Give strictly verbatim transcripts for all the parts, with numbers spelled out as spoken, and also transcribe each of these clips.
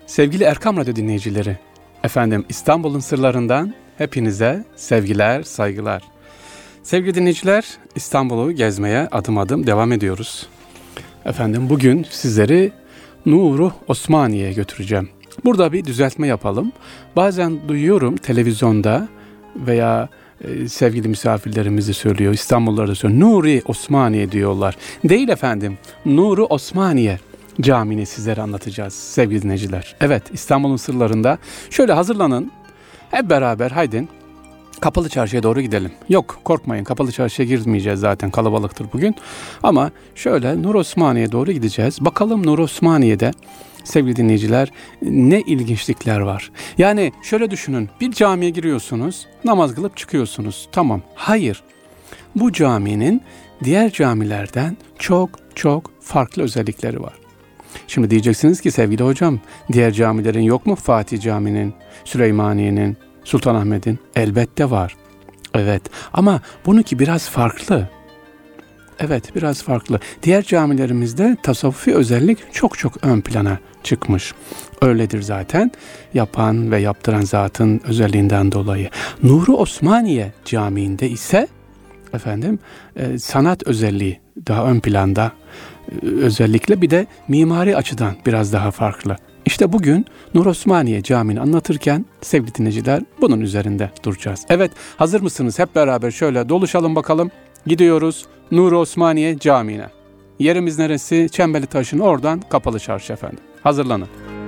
Sevgili Erkam Radyo dinleyicileri, efendim İstanbul'un sırlarından hepinize sevgiler, saygılar. Sevgili dinleyiciler, İstanbul'u gezmeye adım adım devam ediyoruz. Efendim bugün sizleri Nur-u Osmaniye'ye götüreceğim. Burada bir düzeltme yapalım. Bazen duyuyorum televizyonda veya e, sevgili misafirlerimizi söylüyor, İstanbullular da söylüyor. Nur-i Osmaniye diyorlar. Değil efendim, Nur-u Osmaniye Camii'ni sizlere anlatacağız sevgili dinleyiciler. Evet, İstanbul'un sırlarında şöyle hazırlanın. Hep beraber haydin Kapalı Çarşı'ya doğru gidelim. Yok, korkmayın, Kapalı Çarşı'ya girmeyeceğiz, zaten kalabalıktır bugün. Ama şöyle Nur Osmaniye'ye doğru gideceğiz. Bakalım Nur Osmaniye'de sevgili dinleyiciler ne ilginçlikler var. Yani şöyle düşünün, bir camiye giriyorsunuz, namaz kılıp çıkıyorsunuz. Tamam, hayır. Bu caminin diğer camilerden çok çok farklı özellikleri var. Şimdi diyeceksiniz ki sevgili hocam, diğer camilerin yok mu? Fatih Camii'nin, Süleymaniye'nin, Sultanahmet'in elbette var. Evet, ama bununki biraz farklı. Evet, biraz farklı. Diğer camilerimizde tasavvufi özellik çok çok ön plana çıkmış. Öyledir zaten. Yapan ve yaptıran zatın özelliğinden dolayı. Nur-u Osmaniye Camii'nde ise efendim e, sanat özelliği daha ön planda. E, özellikle bir de mimari açıdan biraz daha farklı. İşte bugün Nur Osmaniye Camii'ni anlatırken sevgili dinleyiciler bunun üzerinde duracağız. Evet, hazır mısınız? Hep beraber şöyle doluşalım bakalım. Gidiyoruz Nur Osmaniye Camii'ne. Yerimiz neresi? Çemberlitaş'ın oradan Kapalı Çarşı efendim. Hazırlanın.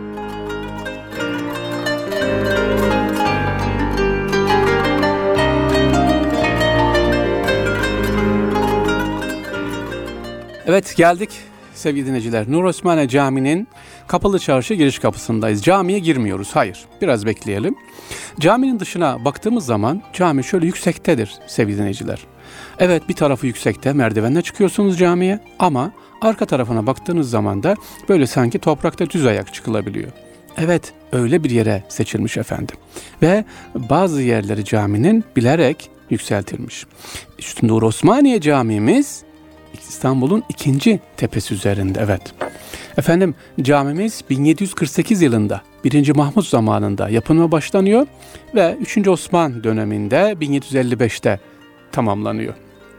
Evet, geldik sevgili dinleyiciler. Nur Osmaniye Camii'nin Kapalı Çarşı giriş kapısındayız. Camiye girmiyoruz. Hayır. Biraz bekleyelim. Caminin dışına baktığımız zaman cami şöyle yüksektedir sevgili dinleyiciler. Evet, bir tarafı yüksekte, merdivenle çıkıyorsunuz camiye, ama arka tarafına baktığınız zaman da böyle sanki toprakta düz ayak çıkılabiliyor. Evet, öyle bir yere seçilmiş efendim. Ve bazı yerleri caminin bilerek yükseltilmiş. İşte Nur Osmaniye Camimiz İstanbul'un ikinci tepesi üzerinde, evet. Efendim camimiz bin yedi yüz kırk sekiz yılında birinci Mahmut zamanında yapımına başlanıyor ve üçüncü Osman döneminde bin yedi yüz elli beşte tamamlanıyor.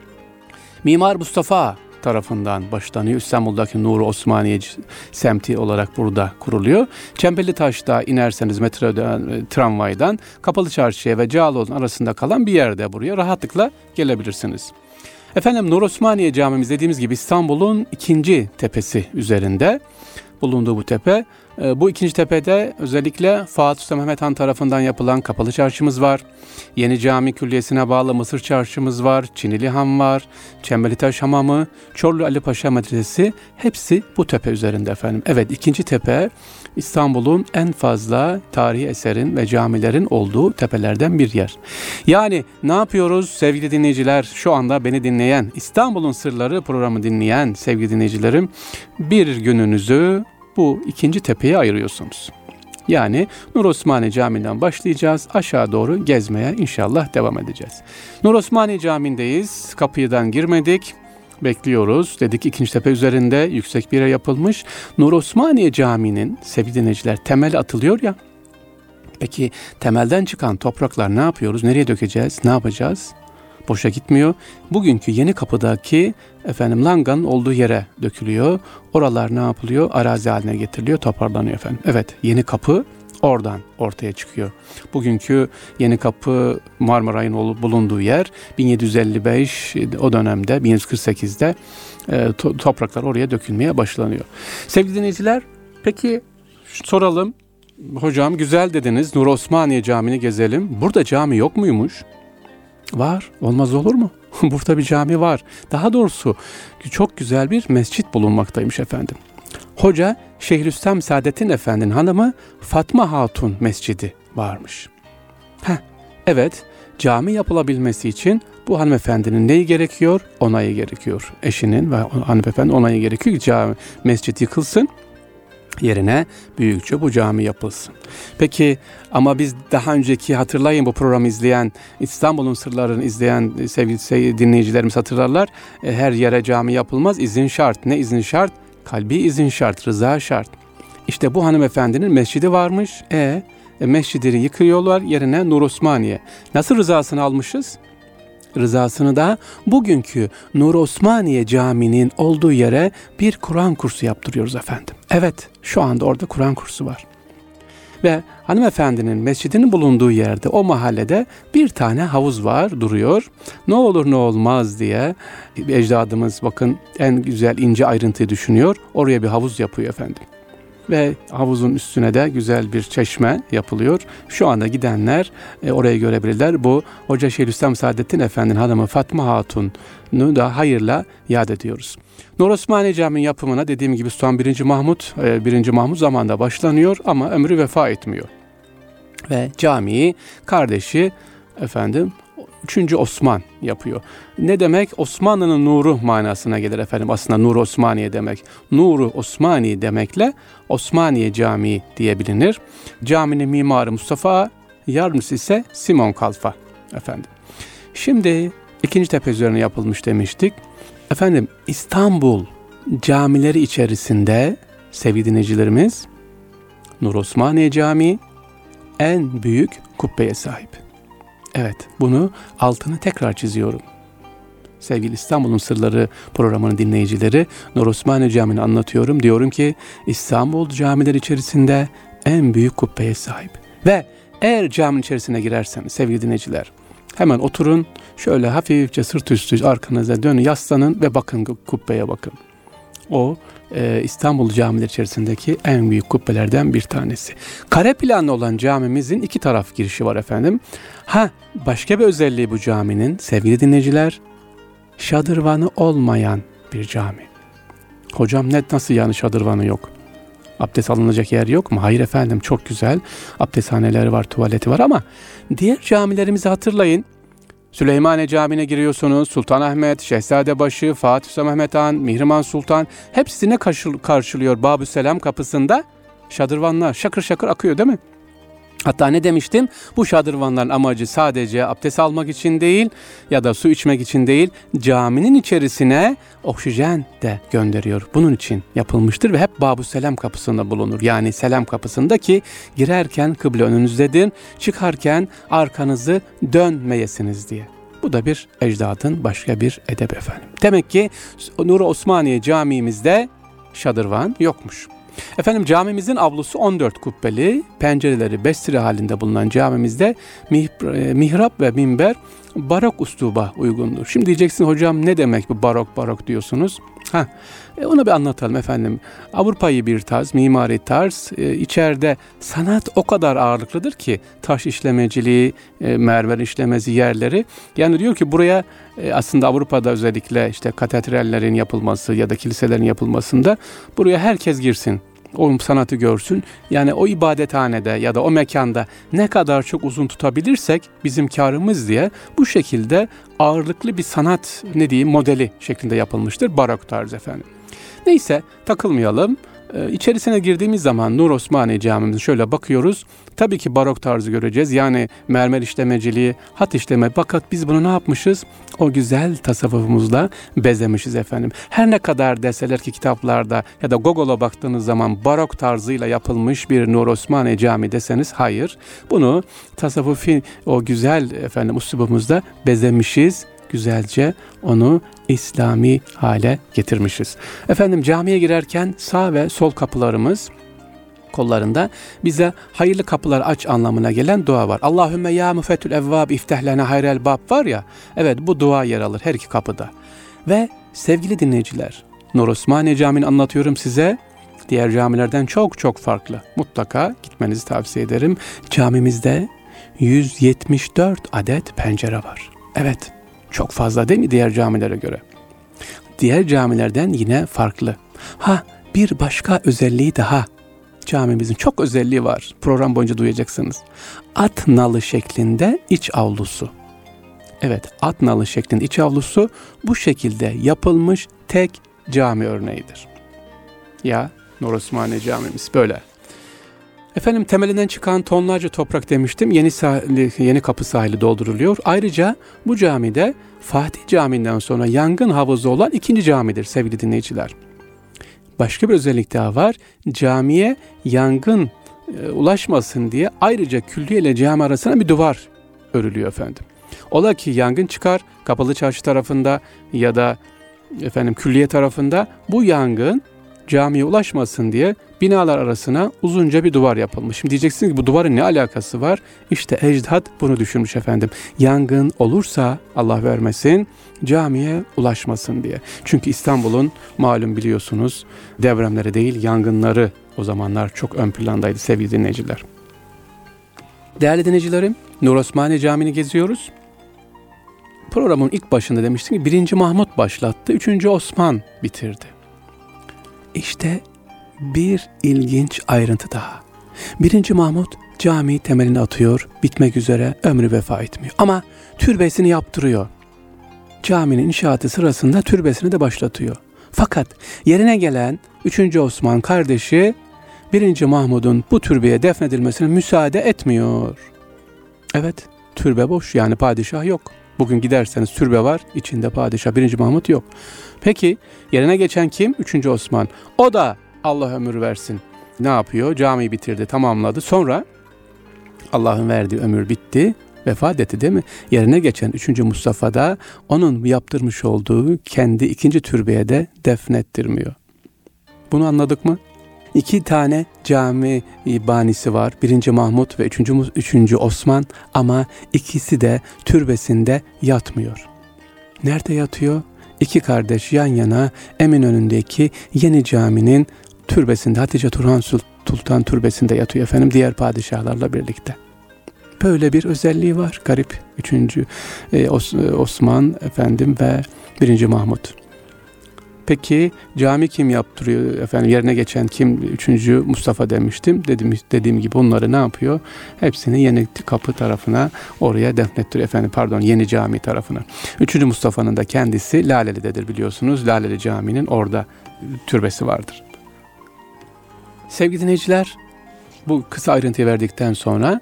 Mimar Mustafa tarafından başlanıyor. İstanbul'daki Nur Osmaniye semti olarak burada kuruluyor. Çemberlitaş'ta inerseniz metrodan, tramvaydan Kapalı Çarşı'ya ve Cağaloğlu'nun arasında kalan bir yerde buraya rahatlıkla gelebilirsiniz. Efendim Nur Osmaniye Camimiz dediğimiz gibi İstanbul'un ikinci tepesi üzerinde bulunduğu bu tepe. Bu ikinci tepede özellikle Fatih Sultan Mehmet Han tarafından yapılan Kapalı Çarşımız var. Yeni Cami Külliyesi'ne bağlı Mısır Çarşımız var. Çinili Han var. Çemberlitaş Hamamı, Çorlu Ali Paşa Medresesi, hepsi bu tepe üzerinde efendim. Evet, ikinci tepe İstanbul'un en fazla tarihi eserin ve camilerin olduğu tepelerden bir yer. Yani ne yapıyoruz sevgili dinleyiciler? Şu anda beni dinleyen, İstanbul'un Sırları programı dinleyen sevgili dinleyicilerim, bir gününüzü bu ikinci tepeye ayırıyorsunuz. Yani Nur Osmaniye Camii'nden başlayacağız. Aşağı doğru gezmeye inşallah devam edeceğiz. Nur Osmaniye Camii'ndeyiz. Kapıdan girmedik. Bekliyoruz. Dedik ikinci tepe üzerinde yüksek bir yere yapılmış. Nur Osmaniye Camii'nin sevgili dinleyiciler temeli atılıyor ya. Peki temelden çıkan topraklar ne yapıyoruz? Nereye dökeceğiz? Ne yapacağız? Boşa gitmiyor. Bugünkü Yeni Kapı'daki efendim Langa'nın olduğu yere dökülüyor. Oralar ne yapılıyor? Arazi haline getiriliyor, toparlanıyor efendim. Evet, Yeni Kapı oradan ortaya çıkıyor. Bugünkü Yeni Kapı Marmaray'ın bulunduğu yer bin yedi yüz elli beş o dönemde bin yedi yüz kırk sekizde e, to- topraklar oraya dökülmeye başlanıyor. Sevgili dinleyiciler, peki soralım. Hocam güzel dediniz, Nur Osmaniye Camii'ni gezelim. Burada cami yok muymuş? Var. Olmaz olur mu? Burada bir cami var. Daha doğrusu çok güzel bir mescit bulunmaktaymış efendim. Hoca Şeyhülislam Saadettin Efendi'nin hanımı Fatma Hatun Mescidi varmış. Heh, evet, cami yapılabilmesi için bu hanımefendinin neyi gerekiyor? Onayı gerekiyor. Eşinin ve hanımefendi onayı gerekiyor ki cami, mescit yıkılsın. Yerine büyükçe bu cami yapılsın. Peki ama biz daha önceki, hatırlayın, bu programı izleyen, İstanbul'un Sırlarını izleyen sevgili dinleyicilerimiz hatırlarlar. Her yere cami yapılmaz, izin şart. Ne izin şart? Kalbi izin şart, rıza şart. İşte bu hanımefendinin mescidi varmış. E, e mescidini yıkıyorlar, yerine Nur Osmaniye. Nasıl rızasını almışız? Rızasını da bugünkü Nur Osmaniye Camii'nin olduğu yere bir Kur'an kursu yaptırıyoruz efendim. Evet, şu anda orada Kur'an kursu var. Ve hanımefendinin mescidinin bulunduğu yerde, o mahallede bir tane havuz var, duruyor. Ne olur ne olmaz diye ecdadımız bakın en güzel ince ayrıntıyı düşünüyor. Oraya bir havuz yapıyor efendim. Ve havuzun üstüne de güzel bir çeşme yapılıyor. Şu anda gidenler e, orayı görebilirler. Bu Hoca Şeyhülislam Saadettin Efendi'nin hanımı Fatma Hatun'u da hayırla yad ediyoruz. Nur Osmaniye Camii'nin yapımına dediğim gibi Sultan birinci. Mahmut, birinci. Mahmut zamanında başlanıyor ama ömrü vefa etmiyor. Ve camiyi kardeşi efendim üçüncü. Osman yapıyor. Ne demek? Osmanlı'nın nuru manasına gelir efendim. Aslında Nur Osmaniye demek. Nuru Osmaniye demekle Osmaniye Camii diye bilinir. Caminin mimarı Mustafa, yardımcısı ise Simon Kalfa efendim. Şimdi ikinci tepe üzerine yapılmış demiştik. Efendim İstanbul camileri içerisinde sevgili dinleyicilerimiz Nur Osmaniye Camii en büyük kubbeye sahip. Evet, bunu altını tekrar çiziyorum. Sevgili İstanbul'un Sırları programının dinleyicileri, Nur Osmaniye Camii'ni anlatıyorum. Diyorum ki İstanbul camileri içerisinde en büyük kubbeye sahip. Ve eğer caminin içerisine girerseniz sevgili dinleyiciler, hemen oturun, şöyle hafifçe sırt üstü arkanıza dönün, yaslanın ve bakın kubbeye bakın. O e, İstanbul camileri içerisindeki en büyük kubbelerden bir tanesi. Kare planlı olan camimizin iki taraf girişi var efendim. Ha, başka bir özelliği bu caminin sevgili dinleyiciler, şadırvanı olmayan bir cami. Hocam ne, nasıl yani şadırvanı yok? Abdest alınacak yer yok mu? Hayır efendim, çok güzel abdesthaneleri var, tuvaleti var ama diğer camilerimizi hatırlayın. Süleymaniye Camii'ne giriyorsunuz. Sultanahmet, Şehzadebaşı, Fatih Sultan Mehmet Han, Mihrimah Sultan hepsi ne karşılıyor Babüsselam kapısında? Şadırvanlar şakır şakır akıyor değil mi? Hatta ne demiştim? Bu şadırvanların amacı sadece abdest almak için değil ya da su içmek için değil, caminin içerisine oksijen de gönderiyor. Bunun için yapılmıştır ve hep Babüsselam kapısında bulunur. Yani selam kapısında ki girerken kıble önünüzdedir, çıkarken arkanızı dönmeyesiniz diye. Bu da bir ecdadın başka bir edeb efendim. Demek ki Nur Osmaniye Camii'mizde şadırvan yokmuş. Efendim camimizin avlusu on dört kubbeli, pencereleri beş sıra halinde bulunan camimizde mihrap ve minber barok üsluba uygundur. Şimdi diyeceksin hocam ne demek bu barok barok diyorsunuz? Ha, e onu bir anlatalım efendim. Avrupa'yı bir tarz, mimari tarz, e, içeride sanat o kadar ağırlıklıdır ki taş işlemeciliği, e, mermer işlemezi yerleri. Yani diyor ki buraya e, aslında Avrupa'da özellikle işte katedrallerin yapılması ya da kiliselerin yapılmasında buraya herkes girsin. O sanatı görsün. Yani o ibadethanede ya da o mekanda ne kadar çok uzun tutabilirsek bizim kârımız diye bu şekilde ağırlıklı bir sanat ne diyeyim modeli şeklinde yapılmıştır. Barok tarzı efendim. Neyse takılmayalım. Ee, içerisine girdiğimiz zaman Nur Osmaniye Camii'mize şöyle bakıyoruz. Tabii ki barok tarzı göreceğiz. Yani mermer işlemeciliği, hat işleme. Fakat biz bunu ne yapmışız? O güzel tasavvufumuzla bezemişiz efendim. Her ne kadar deseler ki kitaplarda ya da Google'a baktığınız zaman barok tarzıyla yapılmış bir Nur Osmaniye Camii deseniz hayır. Bunu tasavvufi o güzel efendim üslubumuzda bezemişiz. Güzelce onu İslami hale getirmişiz. Efendim camiye girerken sağ ve sol kapılarımız kollarında bize hayırlı kapılar aç anlamına gelen dua var. Allahümme ya müfetül evvab ifteh lena hayrel bab var ya. Evet, bu dua yer alır her iki kapıda. Ve sevgili dinleyiciler, Nur Osmaniye Camii'ni anlatıyorum size. Diğer camilerden çok çok farklı. Mutlaka gitmenizi tavsiye ederim. Camimizde yüz yetmiş dört adet pencere var. Evet, çok fazla değil mi diğer camilere göre? Diğer camilerden yine farklı. Ha, bir başka özelliği daha. Camimizin çok özelliği var. Program boyunca duyacaksınız. At nalı şeklinde iç avlusu. Evet, at nalı şeklinde iç avlusu bu şekilde yapılmış tek cami örneğidir. Ya Nur Osmaniye Camimiz böyle. Efendim temelinden çıkan tonlarca toprak demiştim. Yeni sahili, yeni kapı sahili dolduruluyor. Ayrıca bu camide Fatih Camii'nden sonra yangın havuzu olan ikinci camidir sevgili dinleyiciler. başka bir özellik daha var. Camiye yangın e, ulaşmasın diye ayrıca külliye ile cami arasına bir duvar örülüyor efendim. Ola ki yangın çıkar Kapalı Çarşı tarafında ya da efendim külliye tarafında, bu yangın camiye ulaşmasın diye binalar arasına uzunca bir duvar yapılmış. Şimdi diyeceksiniz ki bu duvarın ne alakası var? İşte ecdat bunu düşünmüş efendim. Yangın olursa Allah vermesin camiye ulaşmasın diye. Çünkü İstanbul'un malum biliyorsunuz depremleri değil yangınları o zamanlar çok ön plandaydı sevgili dinleyiciler. Değerli dinleyicilerim, Nur Osmaniye Camii'ni geziyoruz. Programın ilk başında demiştim ki birinci Mahmut başlattı, üçüncü Osman bitirdi. İşte bir ilginç ayrıntı daha. Birinci Mahmut cami temelini atıyor, bitmek üzere, ömrü vefa etmiyor. Ama türbesini yaptırıyor. Caminin inşaatı sırasında türbesini de başlatıyor. Fakat yerine gelen üçüncü Osman kardeşi birinci Mahmud'un bu türbeye defnedilmesine müsaade etmiyor. Evet, türbe boş, yani padişah yok. Bugün giderseniz türbe var, içinde padişah birinci Mahmud yok. Peki yerine geçen kim? üçüncü Osman. O da Allah ömür versin. Ne yapıyor? Camiyi bitirdi, tamamladı. Sonra Allah'ın verdiği ömür bitti, vefat etti değil mi? Yerine geçen üçüncü Mustafa da onun yaptırmış olduğu kendi ikinci türbeye de defnettirmiyor. Bunu anladık mı? İki tane cami banisi var. Birinci Mahmut ve üçüncü, üçüncü Osman, ama ikisi de türbesinde yatmıyor. Nerede yatıyor? İki kardeş yan yana Eminönü'ndeki yeni caminin türbesinde, Hatice Turhan Sultan türbesinde yatıyor efendim, diğer padişahlarla birlikte. Böyle bir özelliği var garip. Üçüncü e, Os, Osman efendim ve birinci Mahmut. Peki cami kim yaptırıyor efendim, yerine geçen kim? Üçüncü Mustafa demiştim. Dediğim, dediğim gibi onları ne yapıyor? Hepsini Yeni Kapı tarafına, oraya defnettiriyor efendim, pardon Yeni Cami tarafına. Üçüncü Mustafa'nın da kendisi Laleli'dedir biliyorsunuz. Laleli Camii'nin orada türbesi vardır. Sevgili dinleyiciler, bu kısa ayrıntıyı verdikten sonra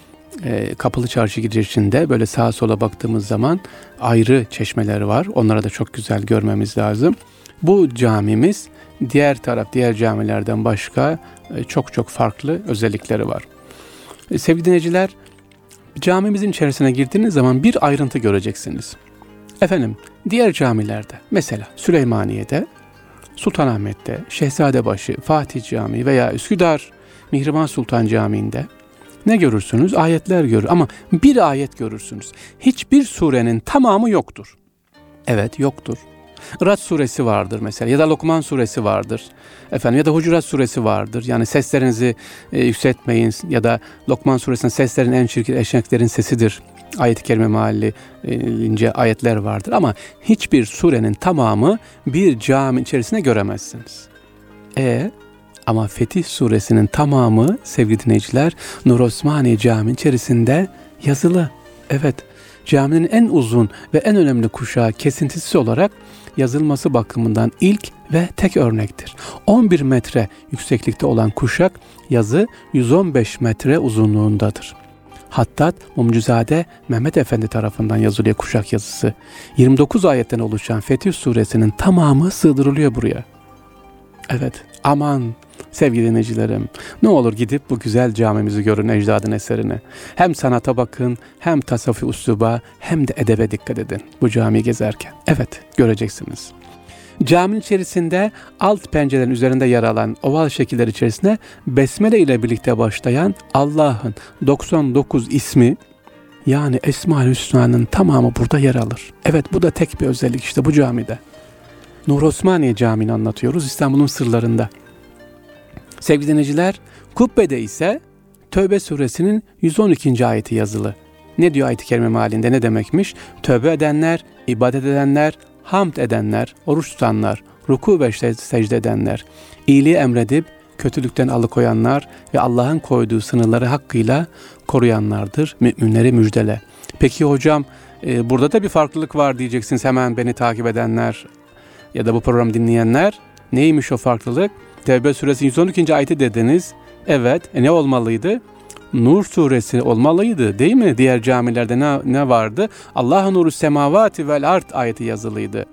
e, Kapalı Çarşı girişinde böyle sağa sola baktığımız zaman ayrı çeşmeleri var. Onlara da çok güzel görmemiz lazım. Bu camimiz diğer taraf, diğer camilerden başka çok çok farklı özellikleri var. Sevgili dinleyiciler, camimizin içerisine girdiğiniz zaman bir ayrıntı göreceksiniz. Efendim, diğer camilerde, mesela Süleymaniye'de, Sultanahmet'te, Şehzadebaşı, Fatih Camii veya Üsküdar Mihrimah Sultan Camii'nde ne görürsünüz? Ayetler görür, ama bir ayet görürsünüz. Hiçbir surenin tamamı yoktur. Evet, yoktur. Rad suresi vardır mesela, ya da Lokman suresi vardır efendim, ya da Hucurat suresi vardır. Yani seslerinizi e, yükseltmeyin, ya da Lokman suresinin seslerin en çirkin eşeklerin sesidir ayet-i kerime mealli e, ince ayetler vardır, ama hiçbir surenin tamamı bir cami içerisinde göremezsiniz. E ama Fetih suresinin tamamı sevgili dinleyiciler Nur Osmaniye Camii içerisinde yazılı. Evet, caminin en uzun ve en önemli kuşağı kesintisiz olarak yazılması bakımından ilk ve tek örnektir. on bir metre yükseklikte olan kuşak yazı yüz on beş metre uzunluğundadır. Hattat Mumcuzade Mehmet Efendi tarafından yazılıyor kuşak yazısı. yirmi dokuz ayetten oluşan Fetih suresinin tamamı sığdırılıyor buraya. Evet, aman sevgili dinleyicilerim, ne olur gidip bu güzel camimizi görün, ecdadın eserini. Hem sanata bakın, hem tasavvufi usluba, hem de edebe dikkat edin bu camiyi gezerken. Evet, göreceksiniz. Caminin içerisinde alt pencerelerin üzerinde yer alan oval şekiller içerisinde Besmele ile birlikte başlayan Allah'ın doksan dokuz ismi, yani Esma-ül Hüsna'nın tamamı burada yer alır. Evet, bu da tek bir özellik işte bu camide. Nur Osmaniye Camii'ni anlatıyoruz İstanbul'un sırlarında. Sevgili dinleyiciler, kubbede ise Tövbe suresinin yüz on ikinci ayeti yazılı. Ne diyor ayet-i kerime mealinde, ne demekmiş? Tövbe edenler, ibadet edenler, hamd edenler, oruç tutanlar, ruku ve secde edenler, iyiliği emredip kötülükten alıkoyanlar ve Allah'ın koyduğu sınırları hakkıyla koruyanlardır. Müminleri müjdele. Peki hocam, e, burada da bir farklılık var diyeceksiniz hemen beni takip edenler ya da bu programı dinleyenler. Neymiş o farklılık? Tevbe suresi yüz on ikinci ayeti dediniz. Evet, e ne olmalıydı? Nur suresi olmalıydı değil mi? Diğer camilerde ne, ne vardı? Allahu nuru semavati vel ard ayeti yazılıydı.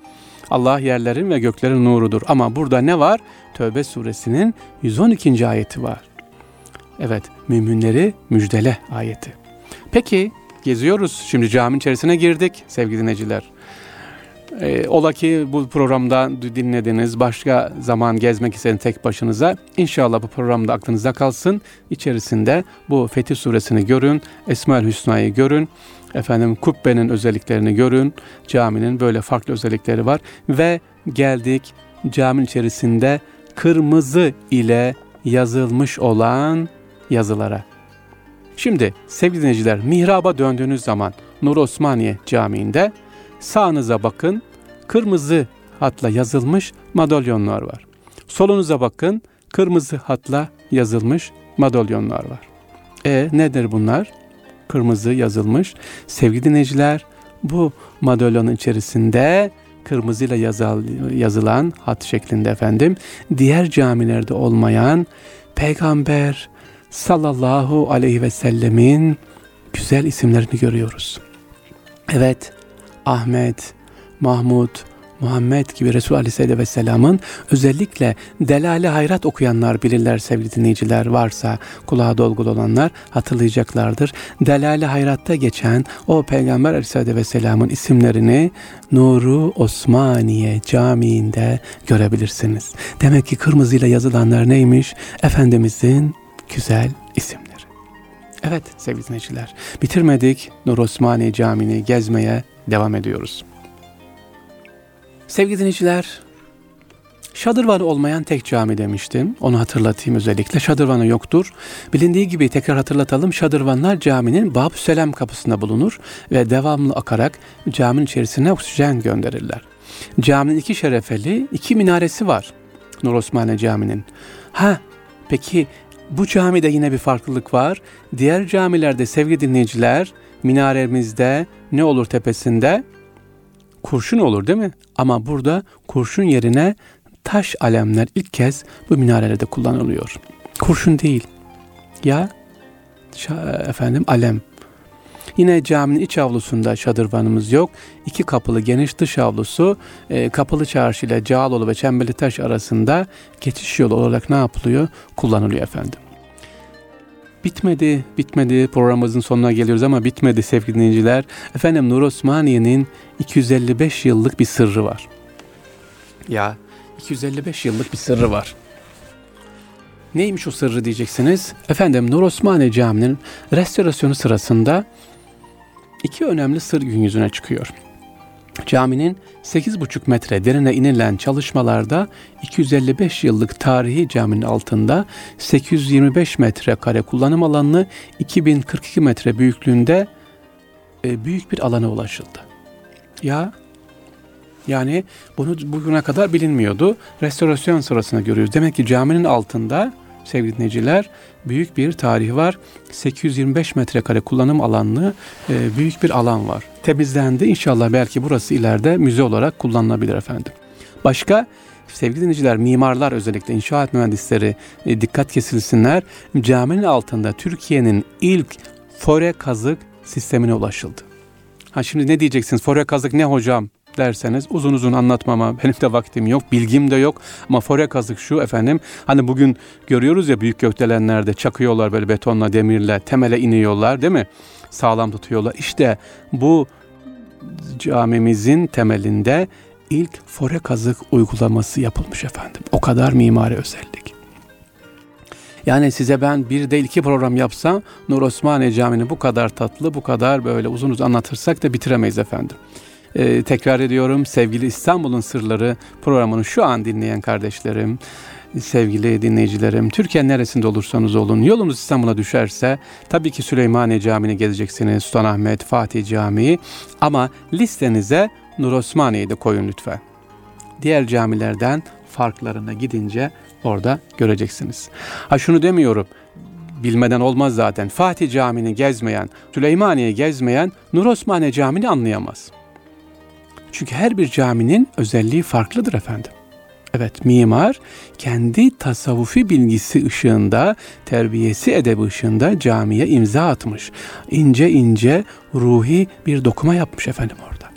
Allah yerlerin ve göklerin nurudur. Ama burada ne var? Tövbe suresinin yüz on ikinci ayeti var. Evet, müminleri müjdele ayeti. Peki, geziyoruz. Şimdi caminin içerisine girdik sevgili dinleyiciler. Ee, ola ki bu programda dinlediniz, başka zaman gezmek istediğiniz tek başınıza. İnşallah bu programda aklınızda kalsın. İçerisinde bu Fetih Suresini görün, Esma-ül Hüsna'yı görün, efendim kubbenin özelliklerini görün. Caminin böyle farklı özellikleri var. Ve geldik caminin içerisinde kırmızı ile yazılmış olan yazılara. Şimdi sevgili dinleyiciler, mihraba döndüğünüz zaman Nur Osmaniye Camii'nde sağınıza bakın, kırmızı hatla yazılmış madalyonlar var. Solunuza bakın, kırmızı hatla yazılmış madalyonlar var. E nedir bunlar? Kırmızı yazılmış. Sevgili dinleyiciler, bu madalyonun içerisinde kırmızıyla yazal, yazılan hat şeklinde efendim, diğer camilerde olmayan Peygamber sallallahu aleyhi ve sellemin güzel isimlerini görüyoruz. Evet, Ahmet, Mahmud, Muhammed gibi Resul Aleyhisselatü Vesselam'ın özellikle Delale Hayrat okuyanlar bilirler sevgili dinleyiciler, varsa kulağa dolgulu olanlar hatırlayacaklardır. Delale Hayrat'ta geçen o Peygamber Aleyhisselatü Vesselam'ın isimlerini Nuru Osmaniye Camii'nde görebilirsiniz. Demek ki kırmızıyla yazılanlar neymiş? Efendimizin güzel isimleri. Evet sevgili dinleyiciler, bitirmedik. Nur Osmaniye Camii'ni gezmeye devam ediyoruz. Sevgili dinleyiciler, şadırvanı olmayan tek cami demiştim. Onu hatırlatayım özellikle. Şadırvanı yoktur. Bilindiği gibi tekrar hatırlatalım. Şadırvanlar caminin Bab-ı Selam kapısında bulunur ve devamlı akarak caminin içerisine oksijen gönderirler. Caminin iki şerefeli, iki minaresi var. Nur Osmaniye Camii'nin. Ha, peki bu camide yine bir farklılık var. Diğer camilerde sevgili dinleyiciler, minaremizde ne olur tepesinde? Kurşun olur değil mi? Ama burada kurşun yerine taş alemler ilk kez bu minarelerde kullanılıyor. Kurşun değil. Ya efendim alem. Yine caminin iç avlusunda şadırvanımız yok. İki kapılı geniş dış avlusu, e, Kapalı Çarşı ile Cağaloğlu ve Çemberlitaş arasında geçiş yolu olarak ne yapılıyor? Kullanılıyor efendim. Bitmedi, bitmedi. Programımızın sonuna geliyoruz ama bitmedi sevgili dinleyiciler. Efendim Nur Osmaniye'nin iki yüz elli beş yıllık bir sırrı var. Ya iki yüz elli beş yıllık bir sırrı var. Neymiş o sırrı diyeceksiniz. Efendim Nur Osmaniye Camii'nin restorasyonu sırasında iki önemli sır gün yüzüne çıkıyor. Caminin sekiz buçuk metre derine inilen çalışmalarda iki yüz elli beş yıllık tarihi caminin altında sekiz yüz yirmi beş metrekare kullanım alanını iki bin kırk iki metre büyüklüğünde e, büyük bir alana ulaşıldı. Ya yani bunu bugüne kadar bilinmiyordu. Restorasyon sırasında görüyoruz. Demek ki caminin altında sevgili dinleyiciler büyük bir tarihi var. sekiz yüz yirmi beş metrekare kullanım alanlı e, büyük bir alan var. Temizlendi. İnşallah belki burası ileride müze olarak kullanılabilir efendim. Başka sevgili dinleyiciler, mimarlar özellikle inşaat mühendisleri e, dikkat kesilsinler. Caminin altında Türkiye'nin ilk fore kazık sistemine ulaşıldı. Ha şimdi ne diyeceksiniz? Fore kazık ne hocam derseniz uzun uzun anlatmama benim de vaktim yok, bilgim de yok. Ama fore kazık şu efendim, hani bugün görüyoruz ya büyük gökdelenlerde çakıyorlar böyle betonla, demirle, temele iniyorlar değil mi? Sağlam tutuyorlar. İşte bu camimizin temelinde ilk fore kazık uygulaması yapılmış efendim. O kadar mimari özellik. Yani size ben bir değil iki program yapsam Nur Osmaniye Camii'ni bu kadar tatlı, bu kadar böyle uzun uzun anlatırsak da bitiremeyiz efendim. Ee, tekrar ediyorum, sevgili İstanbul'un Sırları programını şu an dinleyen kardeşlerim, sevgili dinleyicilerim, Türkiye'nin neresinde olursanız olun, yolunuz İstanbul'a düşerse tabii ki Süleymaniye Camii'ni gezeceksiniz, Sultanahmet, Fatih Camii, ama listenize Nur Osmaniye'yi de koyun lütfen. Diğer camilerden farklarına gidince orada göreceksiniz. Ha şunu demiyorum, bilmeden olmaz zaten. Fatih Camii'ni gezmeyen, Süleymaniye'yi gezmeyen Nur Osmaniye Camii'ni anlayamaz. Çünkü her bir caminin özelliği farklıdır efendim. Evet, mimar kendi tasavvufi bilgisi ışığında, terbiyesi edebi ışığında camiye imza atmış. İnce ince ruhi bir dokuma yapmış efendim orada.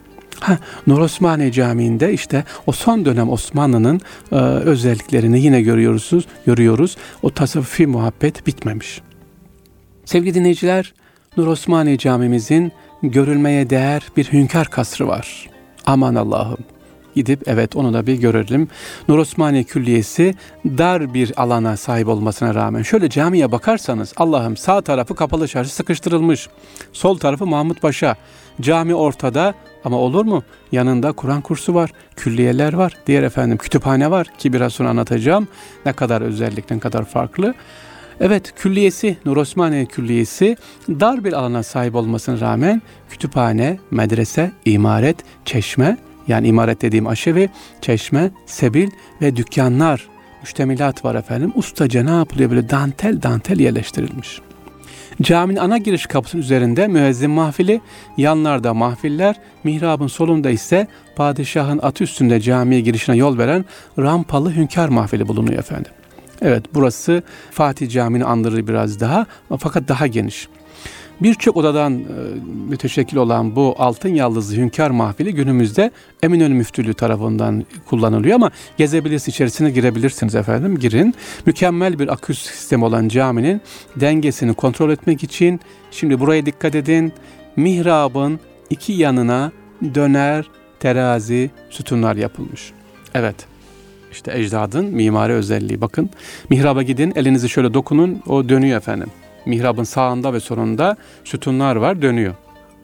Ha, Nur Osmaniye Camii'nde işte o son dönem Osmanlı'nın e, özelliklerini yine görüyoruz, görüyoruz. O tasavvufi muhabbet bitmemiş. Sevgili dinleyiciler, Nur Osmaniye Camimizin görülmeye değer bir hünkâr kasrı var. Aman Allah'ım. Gidip evet onu da bir görelim. Nur Osmaniye Külliyesi dar bir alana sahip olmasına rağmen şöyle camiye bakarsanız Allah'ım sağ tarafı Kapalı Çarşı sıkıştırılmış. Sol tarafı Mahmut Paşa. Cami ortada ama olur mu? Yanında Kur'an kursu var, külliyeler var, diğer efendim kütüphane var ki biraz sonra anlatacağım. Ne kadar özellik, ne kadar farklı. Evet, külliyesi, Nur Osmaniye Külliyesi dar bir alana sahip olmasına rağmen kütüphane, medrese, imaret, çeşme, yani imaret dediğim aşevi, çeşme, sebil ve dükkanlar, müştemilat var efendim. Ustaca ne yapılıyor? Böyle dantel dantel yerleştirilmiş. Caminin ana giriş kapısının üzerinde müezzin mahfili, yanlarda mahfiller, mihrabın solunda ise padişahın atı üstünde camiye girişine yol veren rampalı hünkâr mahfili bulunuyor efendim. Evet, burası Fatih Camii'ni andırır biraz daha fakat daha geniş. Birçok odadan e, müteşekkil olan bu altın yaldızlı hünkâr mahfili günümüzde Eminönü Müftülüğü tarafından kullanılıyor ama gezebilirsiniz, içerisine girebilirsiniz efendim, girin. Mükemmel bir akustik sistemi olan caminin dengesini kontrol etmek için şimdi buraya dikkat edin. Mihrabın iki yanına döner terazi sütunlar yapılmış. Evet. İşte ecdadın mimari özelliği. Bakın, mihraba gidin, elinizi şöyle dokunun, o dönüyor efendim. Mihrabın sağında ve solunda sütunlar var, dönüyor.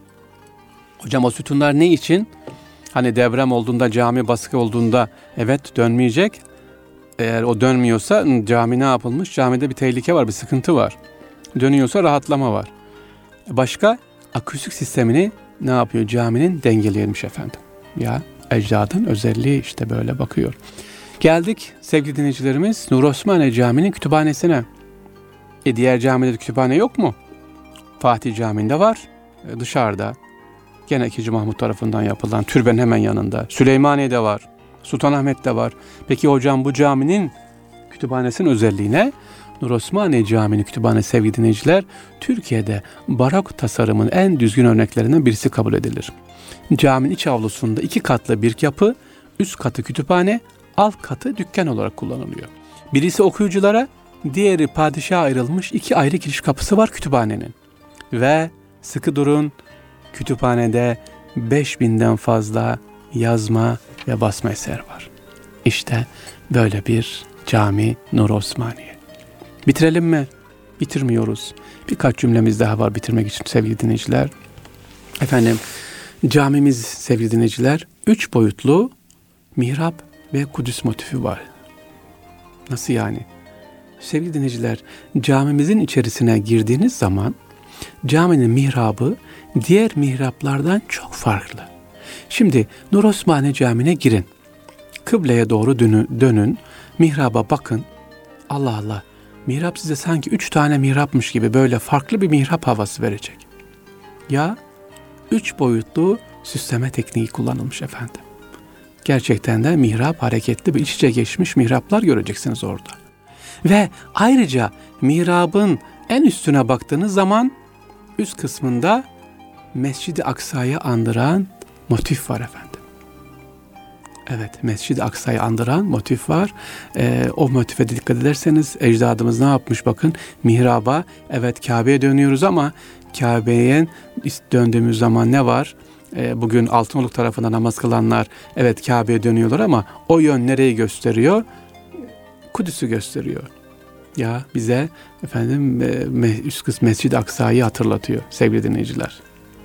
Hocam o sütunlar ne için? Hani deprem olduğunda, cami baskı olduğunda evet dönmeyecek. Eğer o dönmüyorsa cami ne yapılmış? Camide bir tehlike var, bir sıkıntı var. Dönüyorsa rahatlama var. Başka? Akustik sistemini ne yapıyor? Caminin dengeleyemiş efendim. Ya ecdadın özelliği işte böyle bakıyor. Geldik sevgili dinleyicilerimiz Nur Osmaniye Camii'nin kütüphanesine. E diğer camide kütüphane yok mu? Fatih Camii'nde var. E dışarıda. Gene ikinci. Mahmut tarafından yapılan türbenin hemen yanında. Süleymaniye'de var. Sultanahmet'te var. Peki hocam bu caminin kütüphanesinin özelliği ne? Nur Osmaniye Camii'nin kütüphanesi sevgili dinleyiciler, Türkiye'de barok tasarımın en düzgün örneklerinden birisi kabul edilir. Caminin iç avlusunda iki katlı bir yapı, üst katı kütüphane, alt katı dükkan olarak kullanılıyor. Birisi okuyuculara, diğeri padişaha ayrılmış iki ayrı giriş kapısı var kütüphanenin. Ve sıkı durun, kütüphanede beş binden fazla yazma ve basma eser var. İşte böyle bir cami Nur Osmaniye. Bitirelim mi? Bitirmiyoruz. Birkaç cümlemiz daha var bitirmek için sevgili dinleyiciler. Efendim, camimiz sevgili dinleyiciler, üç boyutlu mihrap ve Kudüs motifi var. Nasıl yani? Sevgili dinleyiciler, camimizin içerisine girdiğiniz zaman caminin mihrabı diğer mihraplardan çok farklı. Şimdi Nur Osmaniye Camii'ne girin. Kıbleye doğru dönün, dönün, mihraba bakın. Allah Allah, mihrap size sanki üç tane mihrapmış gibi böyle farklı bir mihrap havası verecek. Ya, üç boyutlu süsleme tekniği kullanılmış efendim. Gerçekten de mihrap hareketli bir iç içe geçmiş mihraplar göreceksiniz orada. Ve ayrıca mihrabın en üstüne baktığınız zaman üst kısmında Mescid-i Aksa'yı andıran motif var efendim. Evet, Mescid-i Aksa'yı andıran motif var. Ee, o motife dikkat ederseniz ecdadımız ne yapmış bakın. Mihraba, evet Kabe'ye dönüyoruz ama Kabe'ye döndüğümüz zaman ne var? Ee, bugün Altınoluk tarafında namaz kılanlar evet Kabe'ye dönüyorlar ama o yön nereyi gösteriyor? Kudüs'ü gösteriyor. Ya bize efendim üst kısmı Mescid-i Aksa'yı hatırlatıyor sevgili dinleyiciler.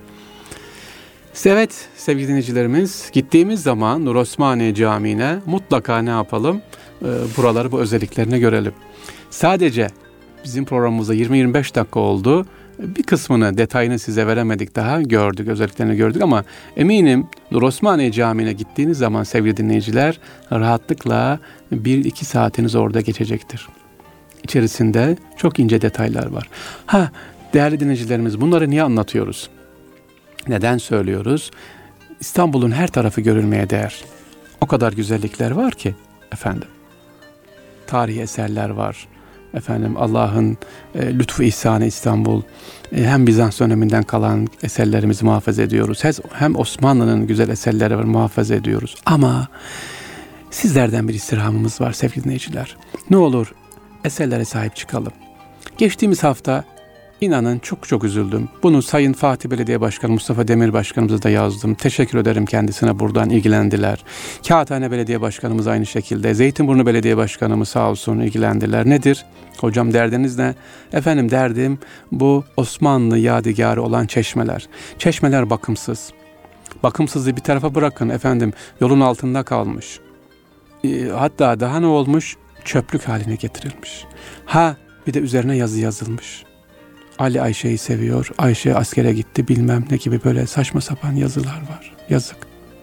Evet sevgili dinleyicilerimiz, gittiğimiz zaman Nur Osmaniye Camii'ne mutlaka ne yapalım? Ee, buraları, bu özelliklerini görelim. Sadece bizim programımızda yirmi yirmi beş dakika oldu. Bir kısmını, detayını size veremedik daha. Gördük, özelliklerini gördük ama eminim Nur Osmaniye Camii'ne gittiğiniz zaman sevgili dinleyiciler rahatlıkla bir iki saatiniz orada geçecektir. İçerisinde çok ince detaylar var. Ha, değerli dinleyicilerimiz, bunları niye anlatıyoruz? Neden söylüyoruz? İstanbul'un her tarafı görülmeye değer. O kadar güzellikler var ki efendim. Tarihi eserler var. efendim Allah'ın e, lütfu ihsanı İstanbul, e, hem Bizans döneminden kalan eserlerimizi muhafaza ediyoruz. Hem Osmanlı'nın güzel eserleri var, muhafaza ediyoruz. Ama sizlerden bir istirhamımız var sevgili dinleyiciler. Ne olur eserlere sahip çıkalım. Geçtiğimiz hafta inanın çok çok üzüldüm. Bunu Sayın Fatih Belediye Başkanı Mustafa Demir Başkanımıza da yazdım. Teşekkür ederim kendisine, buradan ilgilendiler. Kağıthane Belediye Başkanımız aynı şekilde. Zeytinburnu Belediye Başkanımız sağ olsun ilgilendiler. Nedir? Hocam derdiniz ne? Efendim derdim bu Osmanlı yadigarı olan çeşmeler. Çeşmeler bakımsız. Bakımsızlığı bir tarafa bırakın efendim, yolun altında kalmış. E, hatta daha ne olmuş? Çöplük haline getirilmiş. Ha bir de üzerine yazı yazılmış. Ali Ayşe'yi seviyor, Ayşe askere gitti bilmem ne gibi böyle saçma sapan yazılar var. Yazık.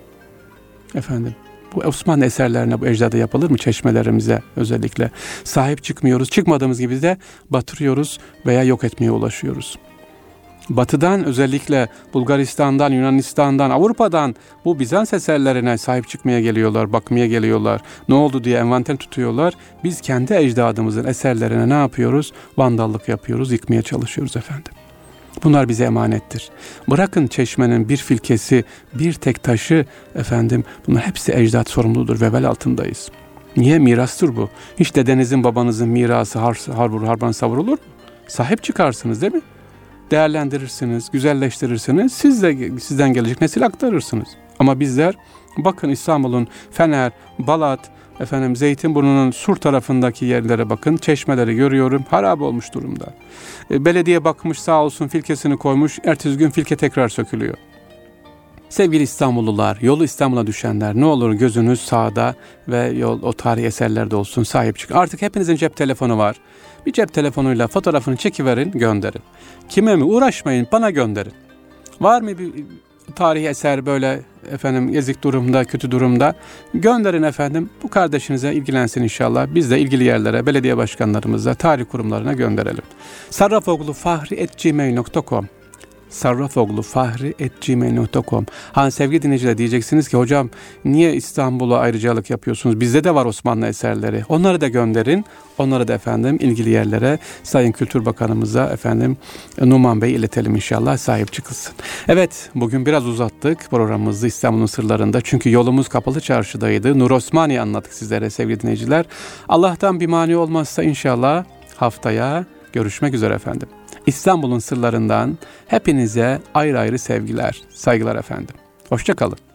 Efendim bu Osmanlı eserlerine, bu ecdada yapılır mı? Çeşmelerimize özellikle sahip çıkmıyoruz. Çıkmadığımız gibi de batırıyoruz veya yok etmeye ulaşıyoruz. Batı'dan, özellikle Bulgaristan'dan, Yunanistan'dan, Avrupa'dan bu Bizans eserlerine sahip çıkmaya geliyorlar, bakmaya geliyorlar. Ne oldu diye envanter tutuyorlar. Biz kendi ecdadımızın eserlerine ne yapıyoruz? Vandallık yapıyoruz, yıkmaya çalışıyoruz efendim. Bunlar bize emanettir. Bırakın çeşmenin bir filkesi, bir tek taşı efendim, bunlar hepsi ecdat sorumludur, vebal altındayız. Niye? Mirastır bu. Hiç dedenizin, babanızın mirası har, harbur harban savrulur mu? Sahip çıkarsınız değil mi? Değerlendirirsiniz, güzelleştirirsiniz. Siz de sizden gelecek nesil aktarırsınız. Ama bizler bakın İstanbul'un Fener, Balat, efendim Zeytinburnu'nun Sur tarafındaki yerlere bakın. Çeşmeleri görüyorum. Harap olmuş durumda. E, belediye bakmış sağ olsun, filkesini koymuş. Ertesi gün filke tekrar sökülüyor. Sevgili İstanbullular, yolu İstanbul'a düşenler, ne olur gözünüz sağda ve yol o tarihi eserlerde olsun, sahip çıkın. Artık hepinizin cep telefonu var. Bir cep telefonuyla fotoğrafını çekiverin, gönderin. Kime mi? Uğraşmayın, bana gönderin. Var mı bir tarihi eser böyle efendim ezik durumda, kötü durumda? Gönderin efendim. Bu kardeşinize ilgilensin inşallah. Biz de ilgili yerlere, belediye başkanlarımıza, tarih kurumlarına gönderelim. sarrafoğlu fahri at gmail nokta com sarrafoğlu fahri at gmail nokta com. Ha sevgili dinleyiciler, diyeceksiniz ki hocam niye İstanbul'a ayrıcalık yapıyorsunuz? Bizde de var Osmanlı eserleri. Onları da gönderin. Onları da efendim ilgili yerlere, Sayın Kültür Bakanımıza efendim Numan Bey iletelim inşallah, sahip çıkılsın. Evet, bugün biraz uzattık programımızı İstanbul'un sırlarında. Çünkü yolumuz Kapalı Çarşı'daydı. Nur Osmani'yi anlattık sizlere sevgili dinleyiciler. Allah'tan bir mani olmazsa inşallah haftaya görüşmek üzere efendim. İstanbul'un sırlarından hepinize ayrı ayrı sevgiler, saygılar efendim. Hoşça kalın.